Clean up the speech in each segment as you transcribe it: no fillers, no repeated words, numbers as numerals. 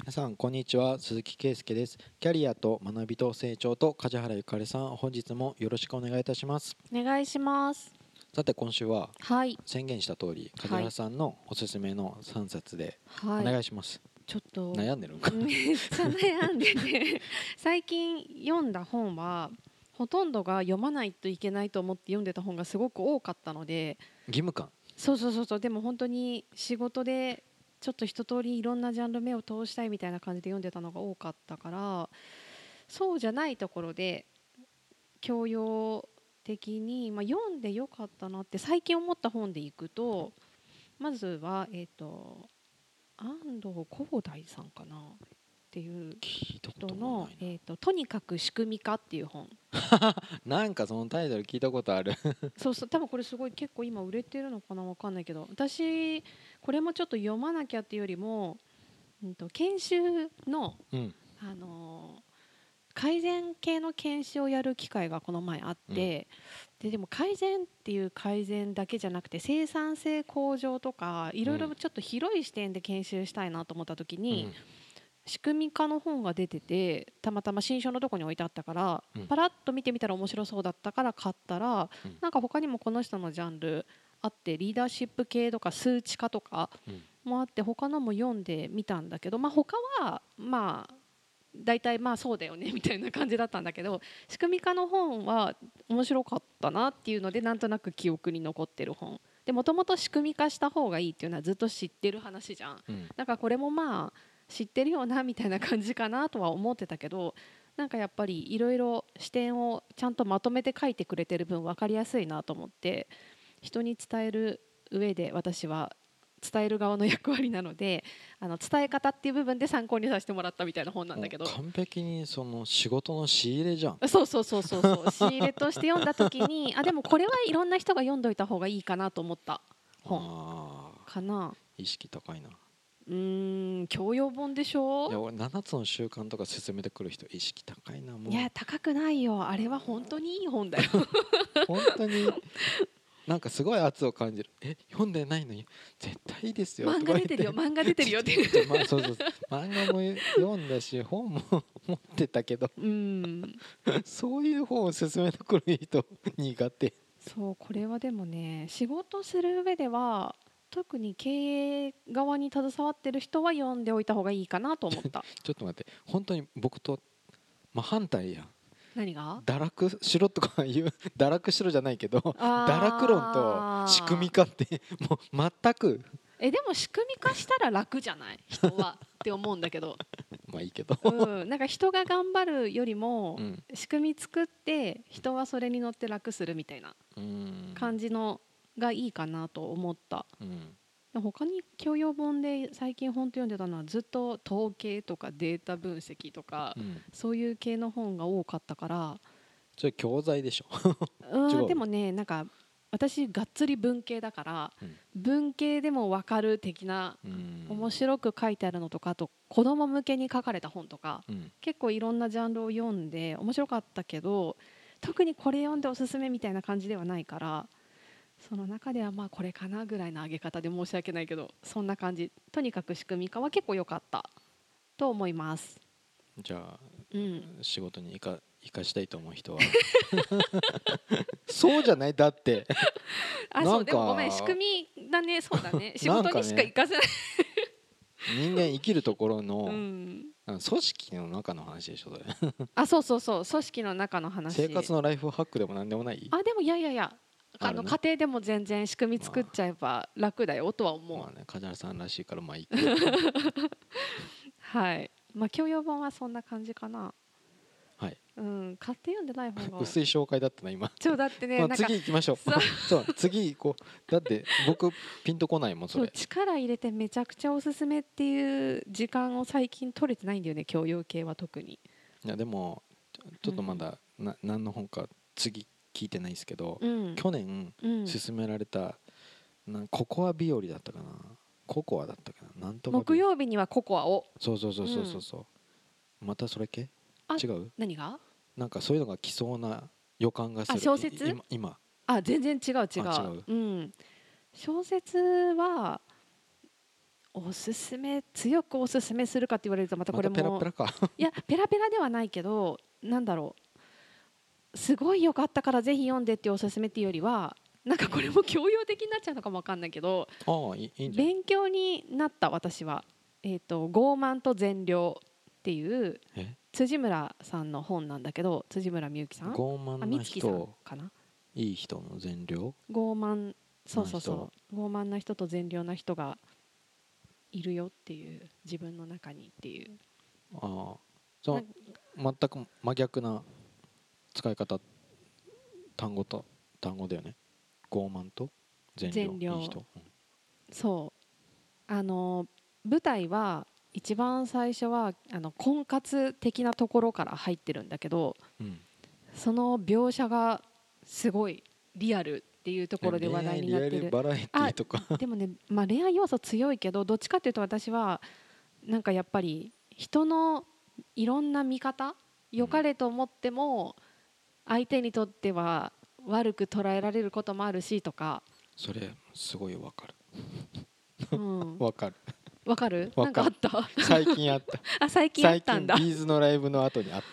皆さんこんにちは、鈴木圭介です。キャリアと学びと成長と梶原ゆかりさん、本日もよろしくお願いいたします。 お願いします。 さて今週ははい。 宣言した通り梶はい。 原さんのおすすめの3冊でおはい。 願いします。 ちょっと悩んでるんかめっちゃ悩んでて最近読んだ本はほとんどが読まないといけないと思って読んでた本がすごく多かったので、 義務感。 そうでも本当に仕事でちょっと一通りいろんなジャンル目を通したいみたいな感じで読んでたのが多かったから、そうじゃないところで教養的に、読んでよかったなって最近思った本でいくと、まずは安藤広大さんかなっていう聞いたこと人のもないな。 とにかく仕組み化っていう本。 なんかそのタイトル聞いたことある。 そうそう、多分これすごい結構今売れてるのかな、わかんないけど、私これもちょっと読まなきゃっていうよりも、研修の、 うん。 あのー改善系の研修をやる機会がこの前あっうん。 て、でも改善っていう改善だけじゃなくて生産性向上とかいろいうん。 ろちょっと広い視点で研修したいなと思った時に、 うん。 仕組み化の本が出てて、たまたま新書のとこに置いてあったから、 うん。 パラッと見てみたら面白そうだったから買ったら、 うん。 なんか他にもこの人のジャンルあって、リーダーシップ系とか数値化とかうん。 もあって、他のも読んでみたんだけど、他は大体そうだよねみたいな感じだったんだけど、仕組み化の本は面白かったなっていうので、なんとなく記憶に残ってる本で、もともと仕組み化した方がいいっていうのはずっと知ってる話じゃん。 うん。 なんかこれも知ってるよなみたいな感じかなとは思ってたけど、なんかやっぱりいろいろ視点をちゃんとまとめて書いてくれてる分分かりやすいなと思って、人に伝える上で私は伝える側の役割なので、伝え方っていう部分で参考にさせてもらったみたいな本なんだもうけど。 完璧にその仕事の仕入れじゃん。 そう仕入れとして読んだ時に、でもこれはいろんな人が読んどいた方がいいかなと思った本ああ、 かな。 意識高いな。 教養本でしょ。 いや俺7つの習慣とか勧めてくる人意識高いな。 いやも高くないよ、あれは本当にいい本だよ。 う本当になんかすごい圧を感じる。読んでないのに絶対いいですよと漫か言って。 画出てるよ、漫画出てるよっていう。 まあそうそうそう、漫画も読んだし本も持ってたけど、そういう本を勧めてくる人苦手。 そう、これはでもね、仕事する上では特に経営側に携わってる人は読んでおいた方がいいかなと思った。 ちょっと待って、本当に僕と真反対やん。 何が？ 堕落しろとか言う、堕落しろじゃないけど、堕落論と仕組みあ化ってもう全く。 でも仕組み化したら楽じゃない人はって思うんだけど。 まあいいけど。 なんか人が頑張るよりもうん。 仕組み作って人はそれに乗って楽するみたいなうん。 感じのがいいかなと思った。 うん。 他に教養本で最近本と読んでたのはずっと統計とかデータ分析とかうん。 そういう系の本が多かったから。 それ教材でしょ。違う。 でもね、なんか私がっつり文系だから、 うん。 文系でも分かる的なうん。 面白く書いてあるのとか、あと子供向けに書かれた本とか、 うん。 結構いろんなジャンルを読んで面白かったけど、特にこれ読んでおすすめみたいな感じではないから、その中ではこれかなぐらいの上げ方で申し訳ないけど、そんな感じ。とにかく仕組み化は結構良かったと思います。 じゃあうん。 仕事に生かしたいと思う人はそうじゃない？だってなんそうでもごめん、仕か組みだね。そうだね、仕なん事にしかかね、 活かせない。 人間生きるところうのん。 組織の中の話でしょそれ。 そう組織の中の生話。 活のライフハックでもなんでもない？ でもいやいやいや、 あるの？ 家庭でも全然仕組み作っまちゃえば楽だよとは思う。 あまあね、梶原さんらしいからまあいいか。 はい。教養本はそんな感じかな。 はい。 買って読んでない本が。 薄い紹介だったな今。 だってね、 まあなんか次行きましょう。 そうそう次行こう。だって僕ピンとこないもんそそう、 れ。 力入れてめちゃくちゃおすすめっていう時間を最近取れてないんだよね、教養系は特に。 いやでもちょっとまだ何の本か次聞いてないですけど、 うん去年うん勧められたココア日和だったかな、ココアだったかな、なんとか日和。 木曜日にはココアを。 そうまたそれ系？ あ、 違う？ 何が？ なんかそういうのが来そうな予感がする。 小説？ 今。 全然違う。 違う。 小説はおすすめ強くおすすめするかって言われるとまたこれもまたペラペラかいやペラペラではないけどなんだろうすごい良かったからぜひ読んでっていうおすすめっていうよりはなんかこれも教養的になっちゃうのかもわかんないけどいいんじゃん。 勉強になった私は傲慢と善良っていう辻村さんの本なんだけど辻村みゆきさん傲慢な美月さん人かないい人の善良傲慢そう傲慢な人と善良な人がいるよっていう自分の中にっていうそう全く真逆な使い方単語だよね。傲慢と善良いい人、 そう舞台は一番最初は婚活的なところから入ってるんだけど、その描写がすごいリアルっていうところで話題になってる。 リアルバラエティとかでもね、恋愛要素強いけどどっちかっていうと私はなんかやっぱり人のいろんな見方良かれと思っても相手にとっては悪く捉えられることもあるしとか。 それすごいわかるわかるわかる？なんかあった？ 最近あった最近あったんだ。 最近ビーズのライブの後にあった。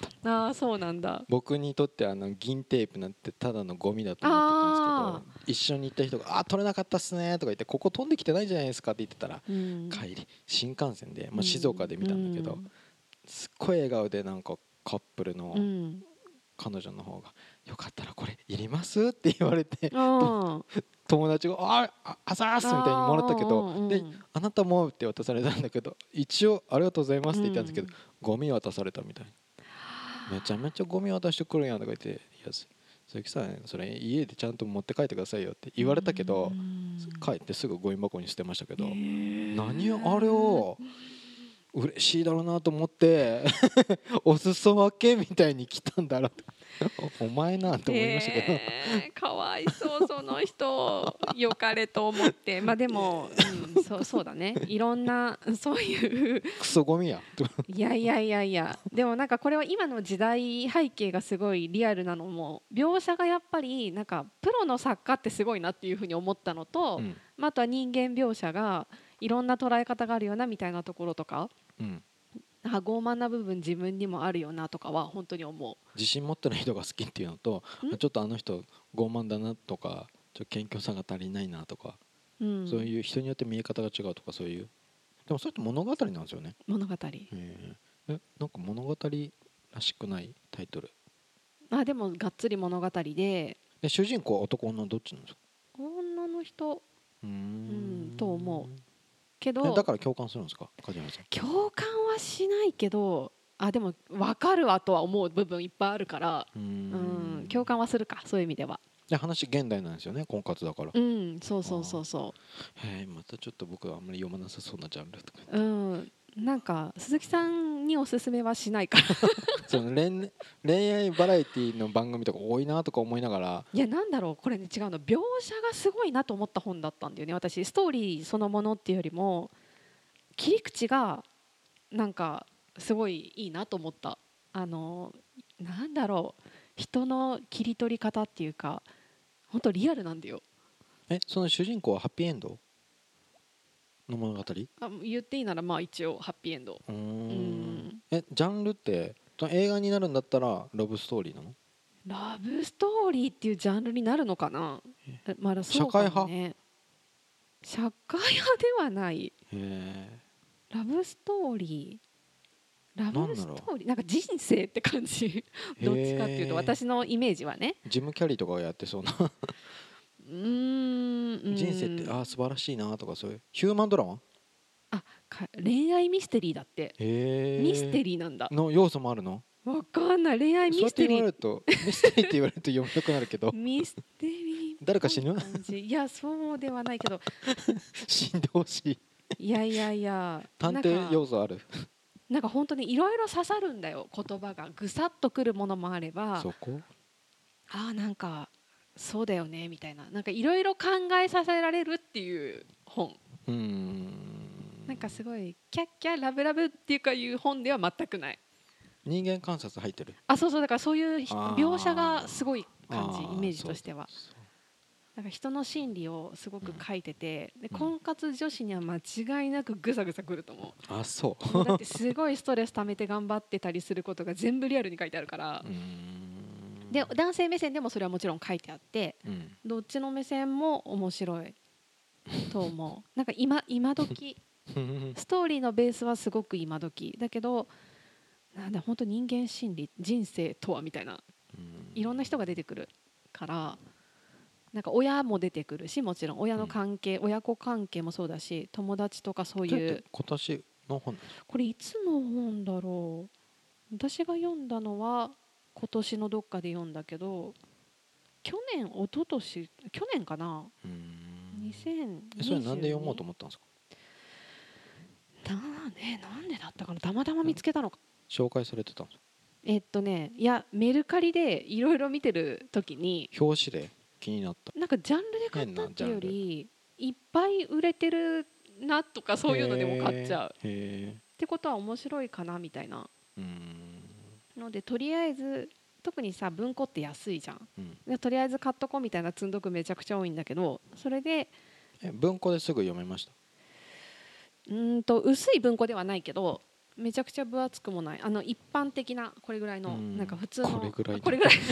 そうなんだ。 僕にとって銀テープなんてただのゴミだと思ってたんですけど、一緒に行った人が取れなかったっすねとか言って、ここ飛んできてないじゃないですかって言ってたら、帰り新幹線で、静岡で見たんだけど、すっごい笑顔でなんかカップルの彼女の方がよかったらこれいりますって言われて友達があざーすみたいにもらったけど、であなたもって渡されたんだけど、一応ありがとうございますって言ったんですけど、ゴミ渡されたみたい。めちゃめちゃゴミ渡してくるやんとか言って、いや鈴木さんそれ家でちゃんと持って帰ってくださいよって言われたけど、帰ってすぐゴミ箱に捨てましたけど、何あれを嬉しいだろうなと思ってお裾分けみたいに来たんだろうお前なと思いましたけど、かわいそうその人よかれと思ってでも、そうだね、いろんなそういうクソゴミやいやでもなんかこれは今の時代背景がすごいリアルなのも描写がやっぱりなんかプロの作家ってすごいなっていうふうに思ったのと、あとは人間描写がいろんな捉え方があるよなみたいなところとか、傲慢な部分自分にもあるよなとかは本当に思う。 自信持ってない人が好きっていうのと、ちょっとあの人傲慢だなとか、ちょっと謙虚さが足りないなとか、そういう人によって見え方が違うとか、そういうでもそれって物語なんですよね。 物語。 なんか物語らしくないタイトル。 でもがっつり物語で。 主人公は男女どっちなんですか？ 女の人と思うけど。 だから共感するんですか、梶原さん？ 共感はしないけど、でも分かるわとは思う部分いっぱいあるから、共感はするか、そういう意味では。 話現代なんですよね、婚活だから。 そうまたちょっと僕はあんまり読まなさそうなジャンルとか。 なんか鈴木さんにおすすめはしないからその恋愛バラエティの番組とか多いなとか思いながら、 いやなんだろうこれね、違うの、描写がすごいなと思った本だったんだよね。私ストーリーそのものっていうよりも切り口がなんかすごいいいなと思った。なんだろう、人の切り取り方っていうか本当リアルなんだよ。 その主人公はハッピーエンドの物語？ 言っていいなら一応ハッピーエンド。 ジャンルって映画になるんだったらラブストーリーなの？ ラブストーリーっていうジャンルになるのかな。 社会派？ 社会派ではない。ラブストーリーなんか人生って感じどっちかっていうと私のイメージはね。 ジム・キャリーとかがやってそうな人生って素晴らしいなとか、そういうヒューマンドラマ、 恋愛ミステリーだって。ミステリーなんだの要素もあるの？ わかんない。恋愛ミステリーミステリーって言われると読みたくなるけどミステリー誰か死ぬ？ いやそうではないけど死んでほしい。 いや探偵要素ある？ なんか本当にいろいろ刺さるんだよ。言葉がぐさっとくるものもあれば、なんかそうだよねみたいな、なんかいろいろ考えさせられるっていう本。なんかすごいキャッキャラブラブっていうかいう本では全くない。 人間観察入ってる？ そうだからそういう描写がすごい感じ、イメージとしては。 なんか人の心理をすごく書いてて、で婚活女子には間違いなくぐさぐさくると思う。 あ、そもうだってすごいストレス溜めて頑張ってたりすることが全部リアルに書いてあるから。で男性目線でもそれはもちろん書いてあって、どっちの目線も面白いと思う。なんか今時ストーリーのベースはすごく今時だけど、なんだ本当人間心理、人生とはみたいな、いろんな人が出てくるから、なんか親も出てくるし、もちろん親の関係、親子関係もそうだし、友達とかそういう。 今年の本ですか？ これいつの本だろう。私が読んだのは今年のどっかで読んだけど、去年一昨年去年かな。2022。 それなんで読もうと思ったんですか？ なんでだったかな。たまたま見つけたのか。 紹介されてたんですか？ いやメルカリでいろいろ見てる時に表紙で気になった。 なんかジャンルで買ったっていうよりいっぱい売れてるなとかそういうのでも買っちゃうってことは面白いかなみたいなので、とりあえず特にさ文庫って安いじゃん、でとりあえず買っとこうみたいな積んどくめちゃくちゃ多いんだけど、それで文庫ですぐ読めました？ 薄い文庫ではないけどめちゃくちゃ分厚くもない、一般的なこれぐらいの、なんか普通のこれぐらい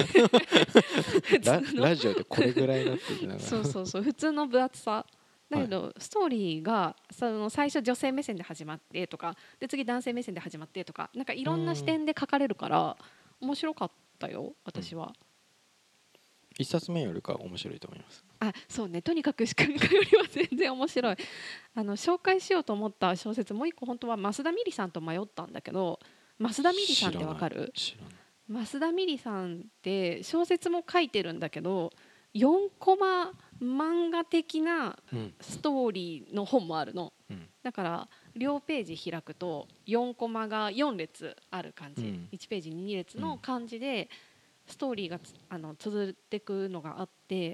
ラジオでこれぐらいなって言ってながらそう普通の分厚さだけど、ストーリーが最初女性目線で始まってとかで次男性目線で始まってとか、なんかいろんな視点で書かれるから面白かったよ私は。 一冊目よりか面白いと思います。 そうね、とにかく鹿よりは全然面白い。紹介しようと思った小説もう一個本当は増田美里さんと迷ったんだけど、増田美里さんってわかる？増田美里さんって小説も書いてるんだけど4コマ漫画的なストーリーの本もあるの、だから両ページ開くと4コマが4列ある感じ、1ページに2列の感じでストーリーが綴っていくのがあって、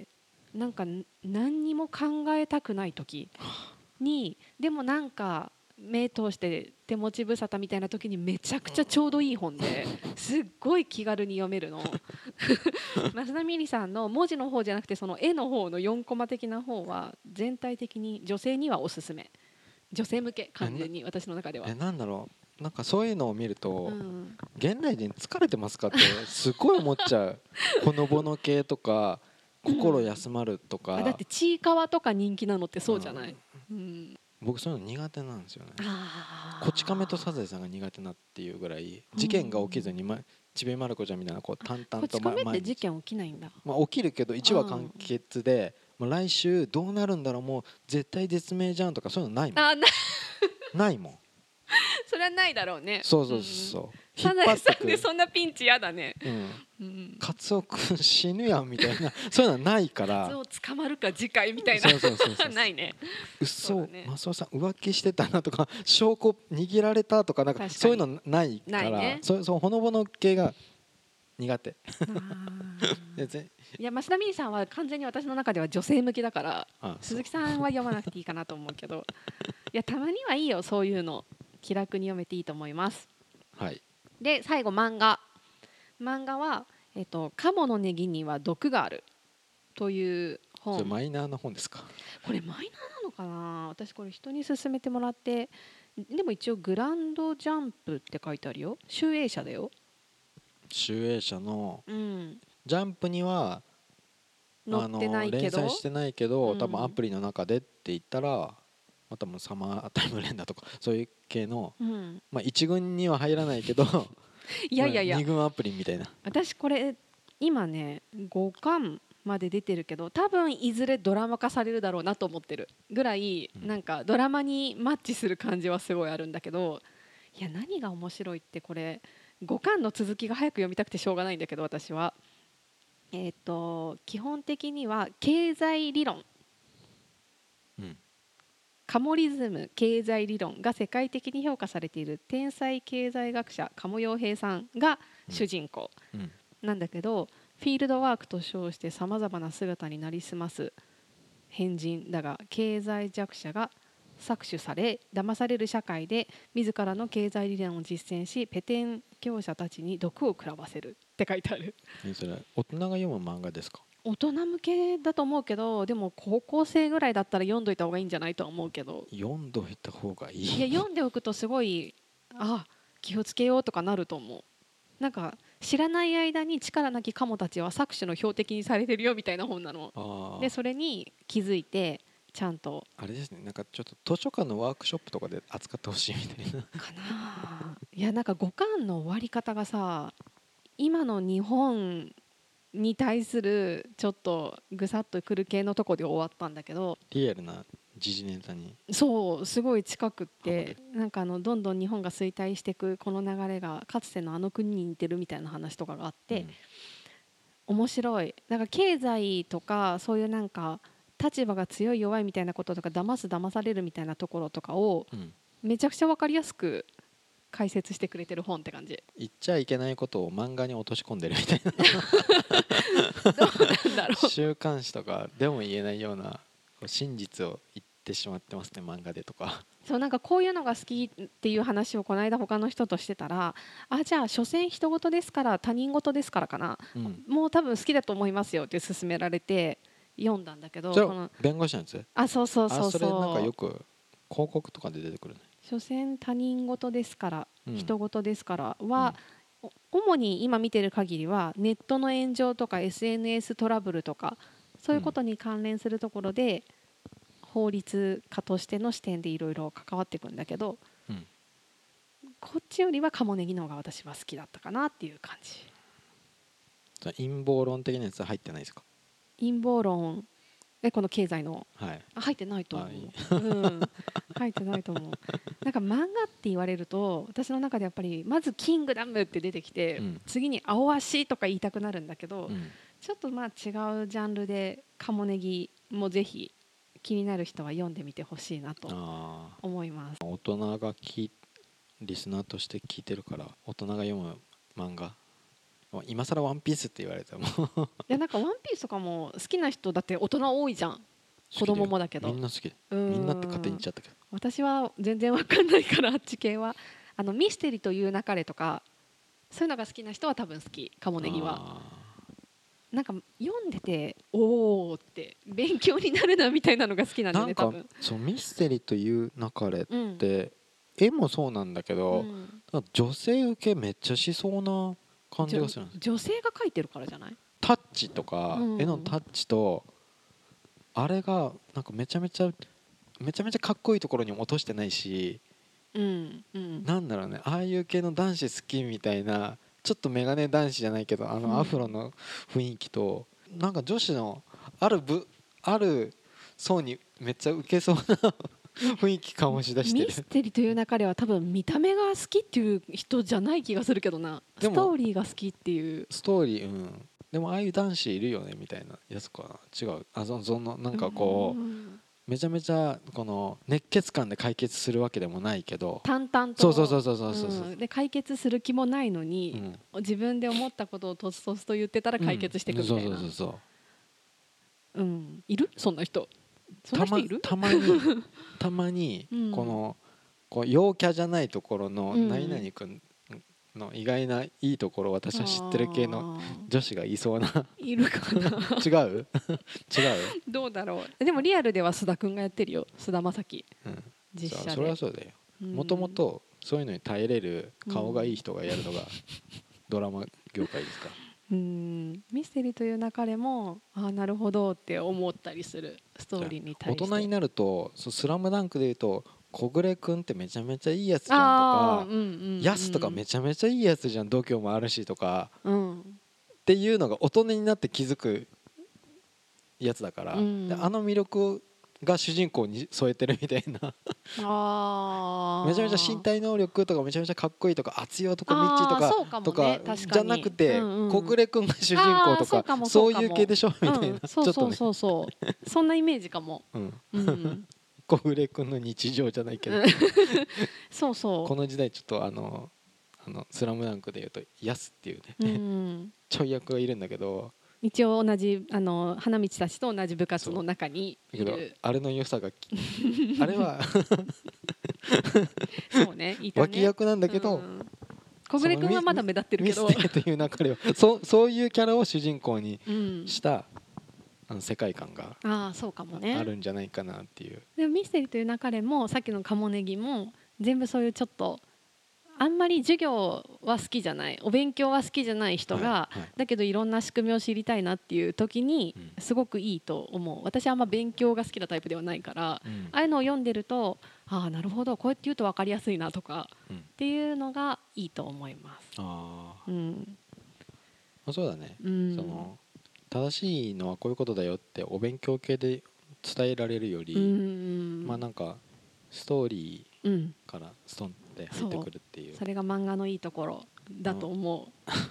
なんか何にも考えたくない時にでもなんか目通して手持ち無沙汰みたいな時にめちゃくちゃちょうどいい本ですっごい気軽に読めるの増田美里さんの文字の方じゃなくてその絵の方の4コマ的な方は全体的に女性にはおすすめ、女性向け完全に私の中では。 なんだろう、なんかそういうのを見ると、現代人疲れてますかってすごい思っちゃうほのぼの系とか心休まるとか、 だってちいかわとか人気なのってそうじゃない？ 僕そういうの苦手なんですよね。こち亀とサザエさんが苦手なっていうぐらい事件が起きずに、ちびまる子ちゃんみたいなこう淡々とこち亀って事件起きないんだ。 起きるけど1話完結で、来週どうなるんだろう、もう絶対絶命じゃんとかそういうのないもん。ないもんそれはないだろうね。 そうサザエさんでそんなピンチやだね。 カツオくん死ぬやんみたいなそういうのはないから、 カツオ捕まるか次回みたいなないね。 嘘、マスオさん浮気してたなとか証拠握られたとかなんかそういうのないから、そうほのぼの系が苦手いや増田美里さんは完全に私の中では女性向きだから、鈴木さんは読まなくていいかなと思うけどいやたまにはいいよ、そういうの気楽に読めていいと思います。で最後漫画は、カモのネギには毒があるという本。 それマイナーな本ですか？ これマイナーなのかな。私これ人に勧めてもらって、でも一応グランドジャンプって書いてあるよ。集英社だよ。 集英社のジャンプには載ってないけど連載してないけど、多分アプリの中でって言ったら多分サマータイム連打とかそういう系の、1軍には入らないけどいや 2軍アプリみたいな。 私これ今ね5巻まで出てるけど多分いずれドラマ化されるだろうなと思ってるぐらい、なんかドラマにマッチする感じはすごいあるんだけど、いや何が面白いってこれ5巻の続きが早く読みたくてしょうがないんだけど、私は基本的には経済理論、カモリズム経済理論が世界的に評価されている天才経済学者鴨陽平さんが主人公なんだけど、フィールドワークと称してさまざまな姿になりすます変人だが、経済弱者が搾取され騙される社会で自らの経済理論を実践しペテン業者たちに毒を食らわせるって書いてある。 それ大人が読む漫画ですか？ 大人向けだと思うけど、でも高校生ぐらいだったら読んどいた方がいいんじゃないとは思うけど。 読んどいた方がいい。 いや読んでおくとすごい、あ、気をつけようとかなると思う。なんか知らない間に力なきカモたちは搾取の標的にされてるよみたいな本なの。でそれに気づいてちゃんとあれですね、なんかちょっと図書館のワークショップとかで扱ってほしいみたいなかな。いやなんか5巻の終わり方がさ、今の日本に対するちょっとぐさっとくる系のとこで終わったんだけど、 リアルな時事ネタにそうすごい近くって、なんかどんどん日本が衰退していくこの流れがかつてのあの国に似てるみたいな話とかがあって、面白い。なんか経済とかそういうなんか立場が強い弱いみたいなこととか騙されるみたいなところとかをめちゃくちゃ分かりやすく解説してくれてる本って感じ。 言っちゃいけないことを漫画に落とし込んでるみたいなどうなんだろう。 週刊誌とかでも言えないような真実を言ってしまってますね、漫画でとか。 そうなんかこういうのが好きっていう話をこの間他の人としてたら、あ、じゃあ所詮人事ですから他人事ですからかな、もう多分好きだと思いますよって勧められて読んだんだけど、 それ弁護士のやつ？ あ、そうそうそうそう。 それなんかよく広告とかで出てくるね。 所詮他人事ですから、人事ですからは、主に今見てる限りはネットの炎上とか SNS トラブルとかそういうことに関連するところで、法律家としての視点でいろいろ関わっていくんだけど、こっちよりはカモネギの方が私は好きだったかなっていう感じ。 陰謀論的なやつは入ってないですか？ 陰謀論、この経済の、入ってないと思う。入ってないと思う。なんか漫画って言われると私の中でやっぱりまずキングダムって出てきて、次に青足とか言いたくなるんだけど、ちょっとまあ違うジャンルでカモネギもぜひ気になる人は読んでみてほしいなと思います。 大人がリスナーとして聞いてるから、大人が読む漫画、今更ワンピースって言われてもいやなんかワンピースとかも好きな人だって大人多いじゃん。子供もだけどみんな好きで、みんなって勝手に言っちゃったけど、 私は全然わかんないからあっち系はミステリという流れとかそういうのが好きな人は多分好き。カモネギはなんか読んでておおって勉強になるなみたいなのが好きなんだよね。多分そうミステリという流れって、絵もそうなんだけど、女性受けめっちゃしそうな感じがするんです。 女性が描いてるからじゃない？ タッチとか、絵のタッチとあれがなんかめちゃめちゃかっこいいところに落としてないし、なんだろうね、ああいう系の男子好きみたいな、ちょっとメガネ男子じゃないけどアフロの雰囲気と、なんか女子のある層にめっちゃウケそうな雰囲気醸し出してる。 ミステリという中では多分見た目が好きっていう人じゃない気がするけどな。ストーリーが好きっていうストーリー、でもああいう男子いるよねみたいなやつかな。違う、そのなんかこう、めちゃめちゃこの熱血感で解決するわけでもないけど、 淡々とそうで解決する気もないのに、自分で思ったことをとつとつと言ってたら解決していくみたいな。いるそんな人？そんな人いる？ たまにこう陽キャじゃないところの何々君の意外ないいところを私は知ってる系の女子がいそうな。 いるかな。 違うどうだろう。でもリアルでは須田君がやってるよ。須田将暉、実写で。 それはそうだよ。もともとそういうのに耐えれる顔がいい人がやるのがドラマ業界ですから。 ミステリーという流れもなるほどって思ったりする。ストーリーに対して大人になるとスラムダンクでいうと小暮君ってめちゃめちゃいいやつじゃんとか、ヤスとかめちゃめちゃいいやつじゃん、度胸もあるしとか、っていうのが大人になって気づくやつだから、で魅力が主人公に添えてるみたいなめちゃめちゃ身体能力とかめちゃめちゃかっこいいとか熱い男ミッチーとかじゃなくて、小暮君が主人公とかそういう系でしょみたいな、ちょっとね、 そんなイメージかも。 小暮君の日常じゃないけどこの時代ちょっとスラムダンクでいうとヤスっていうねちょい役がいるんだけど、 一応同じ花道たちと同じ部活の中にいる。 あれの良さがあれはそうね、 脇役なんだけど、 小暮君はまだ目立ってるけど、 ミステリという流れはそういうキャラを主人公にした世界観がそうかもねあるんじゃないかなっていう。 でもミステリーという流れもさっきのカモネギも全部そういうちょっとあんまり授業は好きじゃないお勉強は好きじゃない人が、だけどいろんな仕組みを知りたいなっていう時にすごくいいと思う。私はあんま勉強が好きなタイプではないから、ああいうのを読んでるとなるほどこうやって言うと分かりやすいなとか、っていうのがいいと思います。 そうだね、その正しいのはこういうことだよってお勉強系で伝えられるより、なんかストーリーからストンって入ってくるっていう、 それが漫画のいいところだと思う。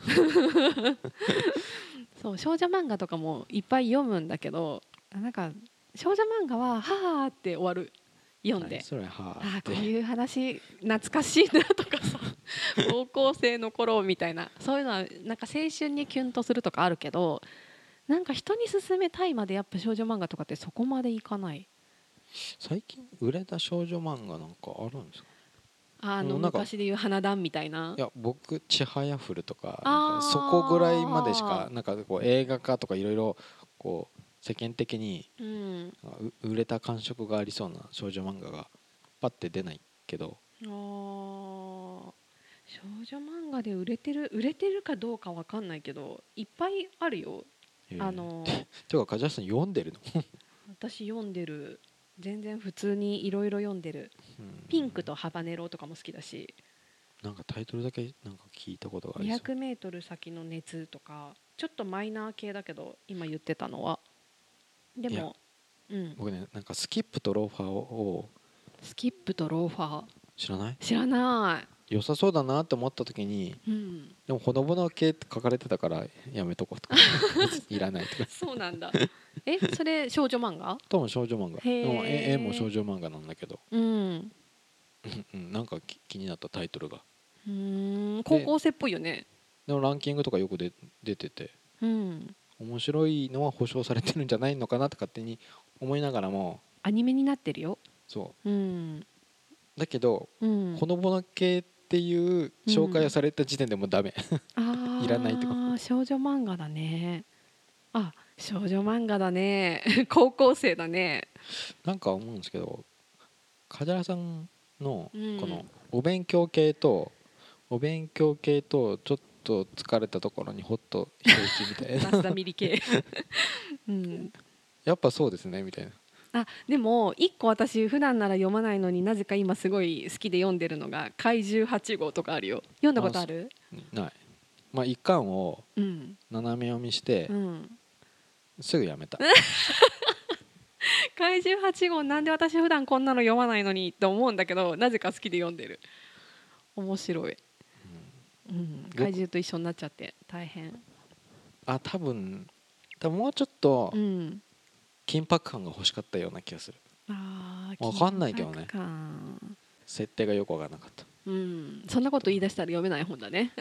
そう少女漫画とかもいっぱい読むんだけど、なんか少女漫画ははーって終わる読んで、 それはこういう話懐かしいなとかさ高校生の頃みたいな、そういうのはなんか青春にキュンとするとかあるけど、なんか人に勧めたいまでやっぱ少女漫画とかってそこまでいかない。 最近売れた少女漫画なんかあるんですか？ 昔でいう花壇みたいな。 いや僕ちはやふるとか、なんかそこぐらいまでしか、なんかこう映画化とかいろいろこう世間的に売れた感触がありそうな少女漫画がパッて出ないけど、 少女漫画で売れてるかどうかわかんないけどいっぱいあるよ。 ていうか梶原さん読んでるの？ 私読んでる。全然普通にいろいろ読んでる。ピンクとハバネロとかも好きだし、 なんかタイトルだけなんか聞いたことがありそう。 200メートル先の熱とかちょっとマイナー系だけど今言ってたのはでも、 僕ねなんかスキップとローファーをスキップとローファー知らない？ 知らない。 良さそうだなって思った時に、でもほのぼの系って書かれてたからやめとこうとかいらないとかそうなんだ。それ少女漫画？ 多分少女漫画。でも絵も少女漫画なんだけど、なんか気になったタイトルが。 高校生っぽいよね。 でもランキングとかよく出てて、面白いのは保証されてるんじゃないのかなって勝手に思いながらも、 アニメになってるよ。 そう、だけど、ほのぼの系っていう紹介をされた時点でもうダメいらないってこと。 少女漫画だね。少女漫画だね高校生だね。 なんか思うんですけど、梶原さんのこのお勉強系とちょっと疲れたところにホッと一息みたいな増田ミリ系やっぱそうですねみたいな。 でも一個私普段なら読まないのになぜか今すごい好きで読んでるのが怪獣8号とかあるよ。読んだことある？ ない。一巻を斜め読みして、すぐやめた怪獣8号なんで私普段こんなの読まないのにって思うんだけど、なぜか好きで読んでる。面白い。怪獣と一緒になっちゃって大変。多分もうちょっと緊迫感が欲しかったような気がする。分かんないけどね、設定がよく分からなかった。 そんなこと言い出したら読めない本だね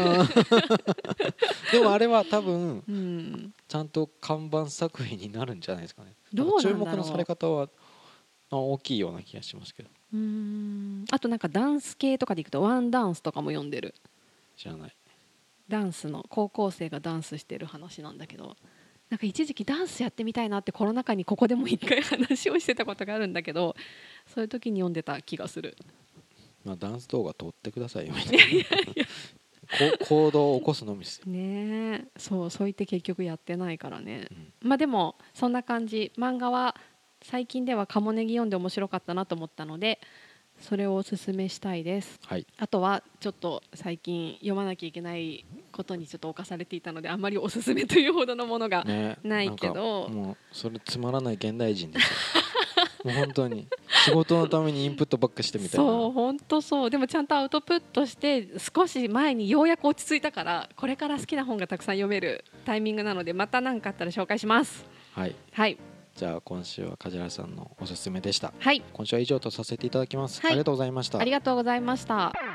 でもあれは多分、ちゃんと看板作品になるんじゃないですかね。注目のされ方は大きいような気がしますけど。 あとなんかダンス系とかでいくとワンダンスとかも読んでる。 知らない。 ダンスの高校生がダンスしてる話なんだけど、なんか一時期ダンスやってみたいなってコロナ禍にここでも一回話をしてたことがあるんだけど、そういう時に読んでた気がする。 ダンス動画撮ってくださいよみたいな行動を起こすのみですよね。そう言って結局やってないからね。でもそんな感じ。漫画は最近ではカモネギ読んで面白かったなと思ったのでそれをおすすめしたいです。あとはちょっと最近読まなきゃいけないことにちょっと侵されていたのであんまりおすすめというほどのものがないけど、 もうそれつまらない現代人ですよもう本当に仕事のためにインプットばっかしてみたいな。 そう本当そう。でもちゃんとアウトプットして少し前にようやく落ち着いたから、これから好きな本がたくさん読めるタイミングなのでまた何かあったら紹介します。 じゃあ今週は梶原さんのおすすめでした。 今週は以上とさせていただきます。ありがとうございました。 ありがとうございました。